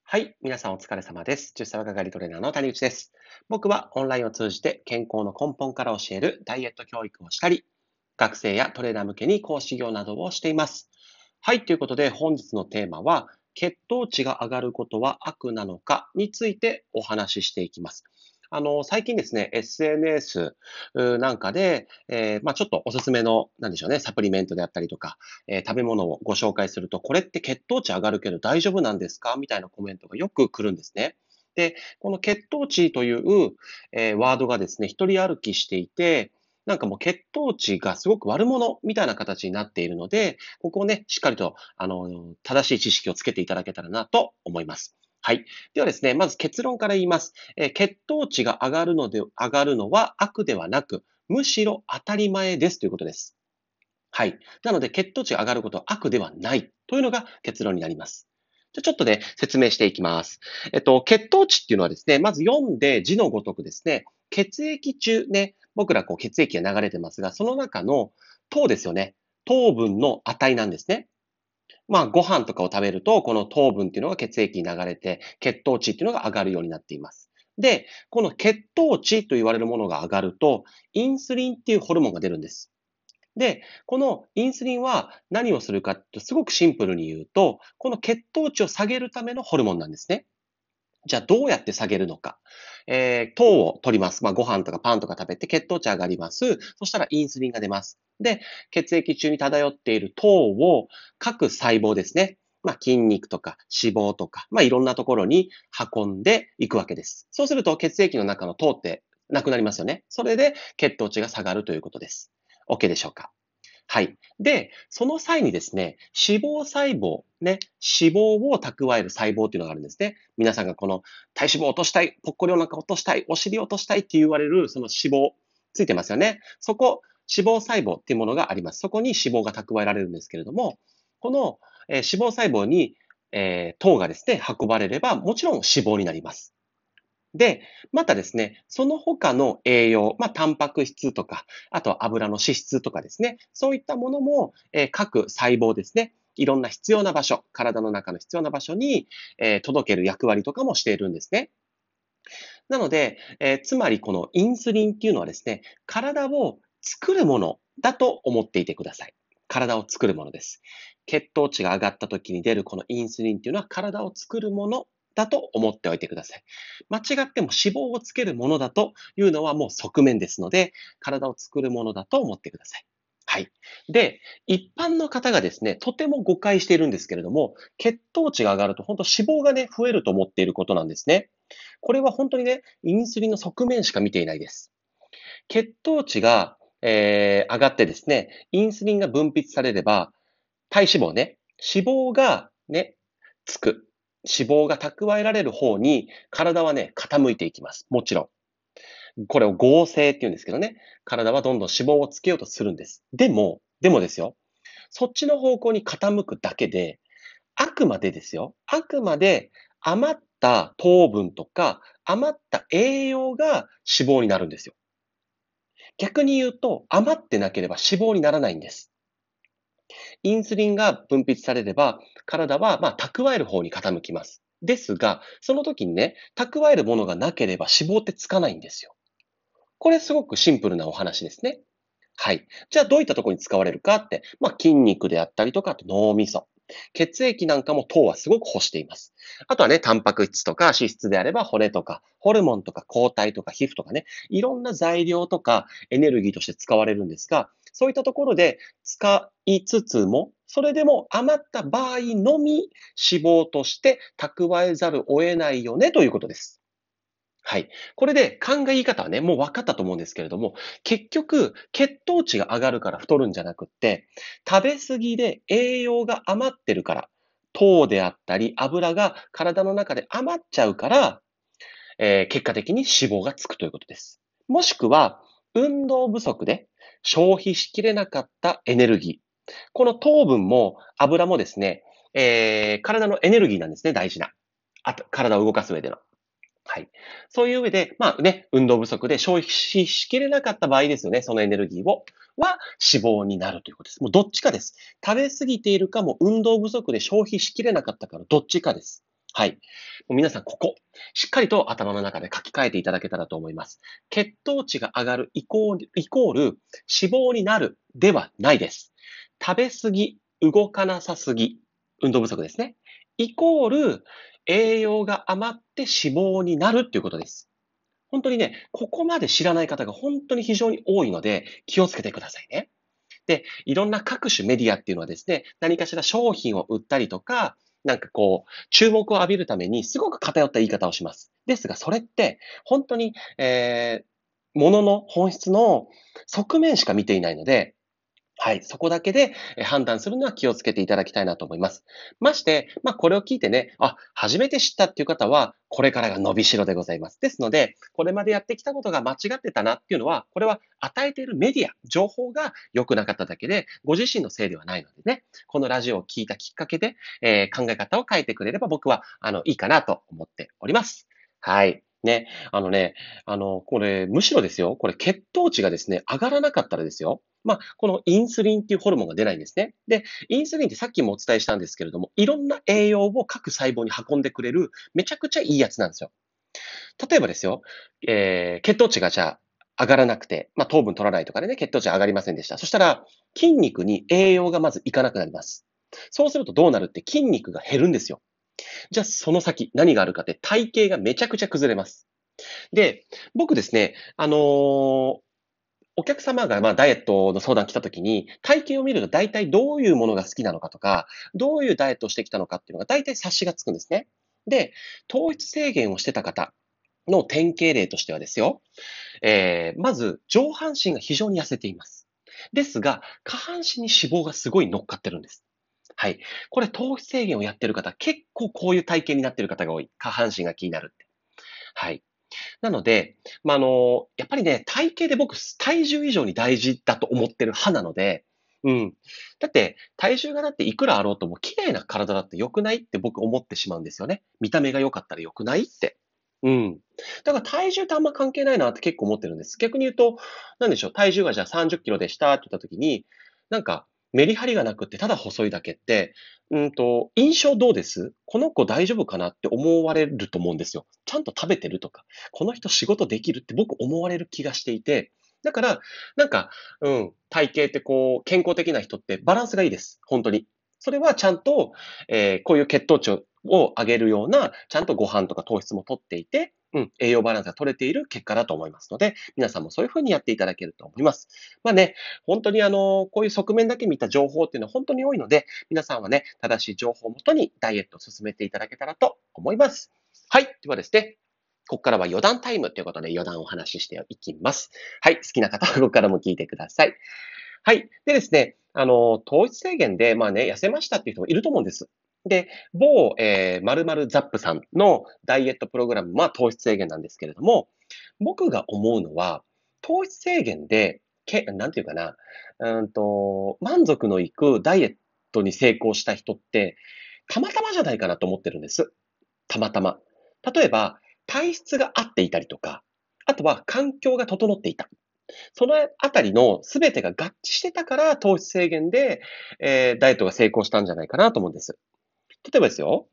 はい。皆さんお疲れ様です。10歳若返りトレーナーの谷口です。僕はオンラインを通じて健康の根本から教えるダイエット教育をしたり、学生やトレーナー向けに講師業などをしています。はい。ということで本日のテーマは、血糖値が上がることは悪なのかについてお話ししていきます。最近ですね、SNS なんかで、ちょっとおすすめの、なんでしょうね、サプリメントであったりとか、食べ物をご紹介すると、これって血糖値上がるけど大丈夫なんですかみたいなコメントがよく来るんですね。で、この血糖値という、ワードがですね、一人歩きしていて、なんかもう血糖値がすごく悪者みたいな形になっているので、ここをね、しっかりと、正しい知識をつけていただけたらなと思います。はい。ではですね、まず結論から言います。血糖値が上がるのは悪ではなく、むしろ当たり前ですということです。はい。なので、血糖値が上がることは悪ではないというのが結論になります。じゃあちょっとね、説明していきます。血糖値っていうのはですね、まず読んで字のごとくですね、血液中ね、僕らこう血液が流れてますが、その中の糖ですよね。糖分の値なんですね。ご飯とかを食べると、この糖分っていうのが血液に流れて、血糖値っていうのが上がるようになっています。で、この血糖値と言われるものが上がると、インスリンっていうホルモンが出るんです。で、このインスリンは何をするかってすごくシンプルに言うと、この血糖値を下げるためのホルモンなんですね。じゃあどうやって下げるのか。糖を取ります。ご飯とかパンとか食べて血糖値上がります。そしたらインスリンが出ます。で、血液中に漂っている糖を各細胞ですね。筋肉とか脂肪とか、いろんなところに運んでいくわけです。そうすると血液の中の糖ってなくなりますよね。それで血糖値が下がるということです。OK でしょうか。はい。で、その際にですね、脂肪細胞、ね、脂肪を蓄える細胞っていうのがあるんですね。皆さんがこの体脂肪を落としたい、ぽっこりお腹落としたい、お尻落としたいって言われるその脂肪ついてますよね。そこ、脂肪細胞っていうものがあります。そこに脂肪が蓄えられるんですけれども、この、脂肪細胞に、糖がですね、運ばれれば、もちろん脂肪になります。で、またですね、その他の栄養、タンパク質とか、あとは油の脂質とかですね、そういったものも、各細胞ですね、いろんな必要な場所、体の中の必要な場所に、届ける役割とかもしているんですね。なので、つまりこのインスリンっていうのはですね、体を作るものだと思っていてください。体を作るものです。血糖値が上がった時に出るこのインスリンっていうのは体を作るものだと思っておいてください。間違っても脂肪をつけるものだというのはもう側面ですので、体を作るものだと思ってください。はい。で、一般の方がですね、とても誤解しているんですけれども、血糖値が上がると本当脂肪がね、増えると思っていることなんですね。これは本当にね、インスリンの側面しか見ていないです。血糖値が、上がってですね、インスリンが分泌されれば、体脂肪ね、脂肪がね、つく。脂肪が蓄えられる方に体はね、傾いていきます。もちろん。これを合成って言うんですけどね。体はどんどん脂肪をつけようとするんです。でもですよ。そっちの方向に傾くだけで、あくまでですよ。あくまで余った糖分とか、余った栄養が脂肪になるんですよ。逆に言うと、余ってなければ脂肪にならないんです。インスリンが分泌されれば、体は蓄える方に傾きます。ですが、その時にね、蓄えるものがなければ脂肪ってつかないんですよ。これすごくシンプルなお話ですね。はい。じゃあどういったところに使われるかって、筋肉であったりとか、あと脳みそ。血液なんかも糖はすごく欲しています。あとはね、タンパク質とか脂質であれば骨とか、ホルモンとか抗体とか皮膚とかね、いろんな材料とかエネルギーとして使われるんですが、そういったところで使いつつも、それでも余った場合のみ脂肪として蓄えざるを得ないよねということです。はい。これで勘がいい方はね、もう分かったと思うんですけれども、結局、血糖値が上がるから太るんじゃなくって、食べ過ぎで栄養が余ってるから、糖であったり油が体の中で余っちゃうから、結果的に脂肪がつくということです。もしくは、運動不足で消費しきれなかったエネルギー。この糖分も油もですね、体のエネルギーなんですね、大事な。あと、体を動かす上での。はい。そういう上で、運動不足で消費しきれなかった場合ですよね、そのエネルギーを、は脂肪になるということです。もうどっちかです。食べ過ぎているかも、運動不足で消費しきれなかったから、どっちかです。 はい。もう皆さん、ここ、しっかりと頭の中で書き換えていただけたらと思います。血糖値が上がるイコール脂肪になるではないです。食べ過ぎ、動かなさすぎ、運動不足ですね。イコール栄養が余って脂肪になるっていうことです。本当にね、ここまで知らない方が本当に非常に多いので、気をつけてくださいね。で、いろんな各種メディアっていうのはですね、何かしら商品を売ったりとか、なんかこう、注目を浴びるためにすごく偏った言い方をします。ですが、それって、本当に、ものの本質の側面しか見ていないので、はい。そこだけで判断するのは気をつけていただきたいなと思います。まして、これを聞いてね、初めて知ったっていう方は、これからが伸びしろでございます。ですので、これまでやってきたことが間違ってたなっていうのは、これは与えているメディア、情報が良くなかっただけで、ご自身のせいではないのでね、このラジオを聞いたきっかけで、考え方を変えてくれれば僕は、いいかなと思っております。はい。ね。これ、むしろですよ、これ血糖値がですね、上がらなかったらですよ、このインスリンっていうホルモンが出ないんですね。で、インスリンってさっきもお伝えしたんですけれども、いろんな栄養を各細胞に運んでくれる、めちゃくちゃいいやつなんですよ。例えばですよ、血糖値がじゃあ上がらなくて、糖分取らないとかでね、血糖値上がりませんでした。そしたら、筋肉に栄養がまずいかなくなります。そうするとどうなるって筋肉が減るんですよ。じゃあその先何があるかって体型がめちゃくちゃ崩れます。で、僕ですね、お客様がダイエットの相談来た時に、体型を見ると大体どういうものが好きなのかとか、どういうダイエットをしてきたのかっていうのが大体察しがつくんですね。で、糖質制限をしてた方の典型例としてはですよ、まず上半身が非常に痩せています。ですが、下半身に脂肪がすごい乗っかってるんです。はい。これ糖質制限をやってる方、結構こういう体型になってる方が多い。下半身が気になるって。はい。なので、やっぱりね、体型で僕、体重以上に大事だと思ってる派なので、うん。だって、体重がだっていくらあろうとも綺麗な体だって良くないって僕思ってしまうんですよね。見た目が良かったら良くないって。うん。だから体重ってあんま関係ないなって結構思ってるんです。逆に言うと、なんでしょう、体重がじゃあ30キロでしたって言った時に、なんか、メリハリがなくってただ細いだけって、印象どうですこの子大丈夫かなって思われると思うんですよ。ちゃんと食べてるとか、この人仕事できるって僕思われる気がしていて、だから、なんか、体型ってこう、健康的な人ってバランスがいいです。本当に。それはちゃんと、こういう血糖値を上げるような、ちゃんとご飯とか糖質も取っていて、栄養バランスが取れている結果だと思いますので、皆さんもそういうふうにやっていただけると思います。本当にこういう側面だけ見た情報っていうのは本当に多いので、皆さんはね、正しい情報をもとにダイエットを進めていただけたらと思います。はい。ではですね、ここからは余談タイムということで余談をお話ししていきます。はい。好きな方はここからも聞いてください。はい。でですね、糖質制限で、痩せましたっていう人もいると思うんです。で、某、〇〇ザップさんのダイエットプログラムは糖質制限なんですけれども、僕が思うのは、糖質制限で、なんていうかな、満足のいくダイエットに成功した人って、たまたまじゃないかなと思ってるんです。たまたま。例えば、体質が合っていたりとか、あとは環境が整っていた。そのあたりの全てが合致してたから、糖質制限で、ダイエットが成功したんじゃないかなと思うんです。例えばですよ、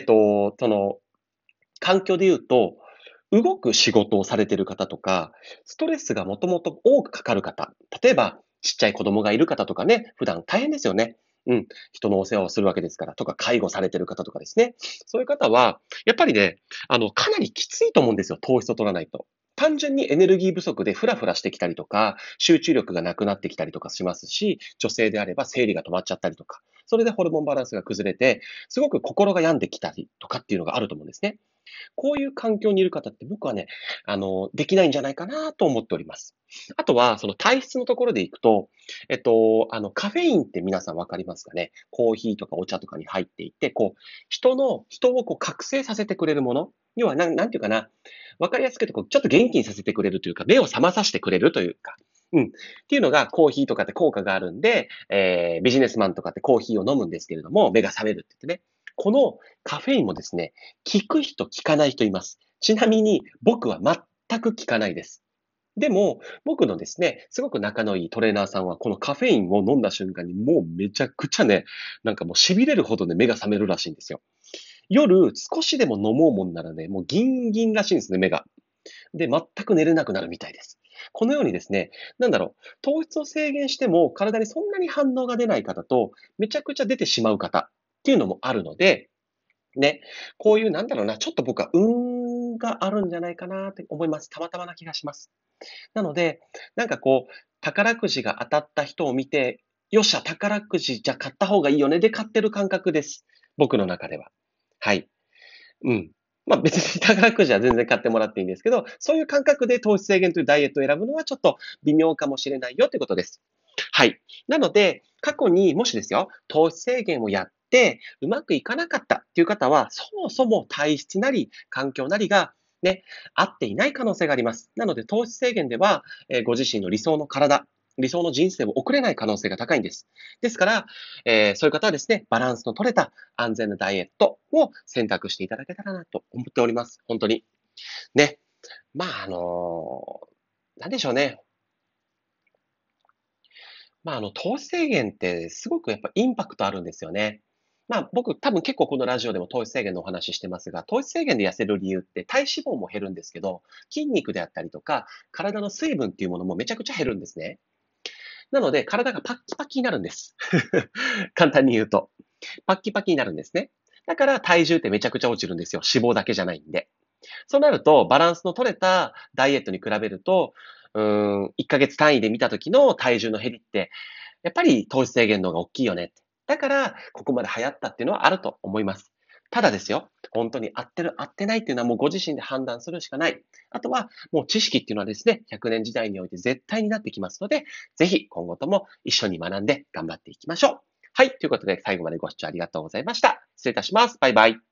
環境で言うと、動く仕事をされている方とか、ストレスがもともと多くかかる方、例えば、ちっちゃい子供がいる方とかね、普段大変ですよね。人のお世話をするわけですから、とか、介護されている方とかですね。そういう方は、やっぱりね、かなりきついと思うんですよ、糖質を取らないと。単純にエネルギー不足でフラフラしてきたりとか、集中力がなくなってきたりとかしますし、女性であれば生理が止まっちゃったりとか、それでホルモンバランスが崩れて、すごく心が病んできたりとかっていうのがあると思うんですね。こういう環境にいる方って僕はね、できないんじゃないかなと思っております。あとは、その体質のところでいくと、カフェインって皆さんわかりますかね？コーヒーとかお茶とかに入っていて、人をこう覚醒させてくれるもの。要はなんていうかな、わかりやすく言うとこう、ちょっと元気にさせてくれるというか、目を覚まさせてくれるというか、っていうのがコーヒーとかって効果があるんで、ビジネスマンとかってコーヒーを飲むんですけれども、目が覚めるって言ってね。このカフェインもですね、効く人、効かない人います。ちなみに僕は全く効かないです。でも、僕のですね、すごく仲のいいトレーナーさんは、このカフェインを飲んだ瞬間にもうめちゃくちゃね、なんかもう痺れるほどね、目が覚めるらしいんですよ。 夜少しでも飲もうもんならね、もうギンギンらしいんですね、目が。で、全く寝れなくなるみたいです。このようにですね、糖質を制限しても体にそんなに反応が出ない方と、めちゃくちゃ出てしまう方っていうのもあるので、ね、こういうちょっと僕は運があるんじゃないかなって思います。たまたまな気がします。なので、宝くじが当たった人を見て、よっしゃ、宝くじじゃ買った方がいいよねで買ってる感覚です。僕の中では。はい。うん。別に宝くじは全然買ってもらっていいんですけど、そういう感覚で糖質制限というダイエットを選ぶのはちょっと微妙かもしれないよということです。はい。なので、過去にもしですよ、糖質制限をやってうまくいかなかったっていう方は、そもそも体質なり環境なりがね、合っていない可能性があります。なので、糖質制限では、ご自身の理想の体、理想の人生を送れない可能性が高いんです。ですから、そういう方はですね、バランスの取れた安全なダイエットを選択していただけたらなと思っております。本当に。ね。まあ、なんでしょうね。糖質制限ってすごくやっぱインパクトあるんですよね。僕多分結構このラジオでも糖質制限のお話ししてますが、糖質制限で痩せる理由って体脂肪も減るんですけど、筋肉であったりとか、体の水分っていうものもめちゃくちゃ減るんですね。なので、体がパッキパキになるんです。簡単に言うと。パッキパキになるんですね。だから体重ってめちゃくちゃ落ちるんですよ。脂肪だけじゃないんで。そうなると、バランスの取れたダイエットに比べると、1ヶ月単位で見た時の体重の減りって、やっぱり糖質制限の方が大きいよね。だから、ここまで流行ったっていうのはあると思います。ただですよ、本当に合ってる合ってないっていうのはもうご自身で判断するしかない。あとは、もう知識っていうのはですね、100年時代において絶対になってきますので、ぜひ今後とも一緒に学んで頑張っていきましょう。はい、ということで最後までご視聴ありがとうございました。失礼いたします。バイバイ。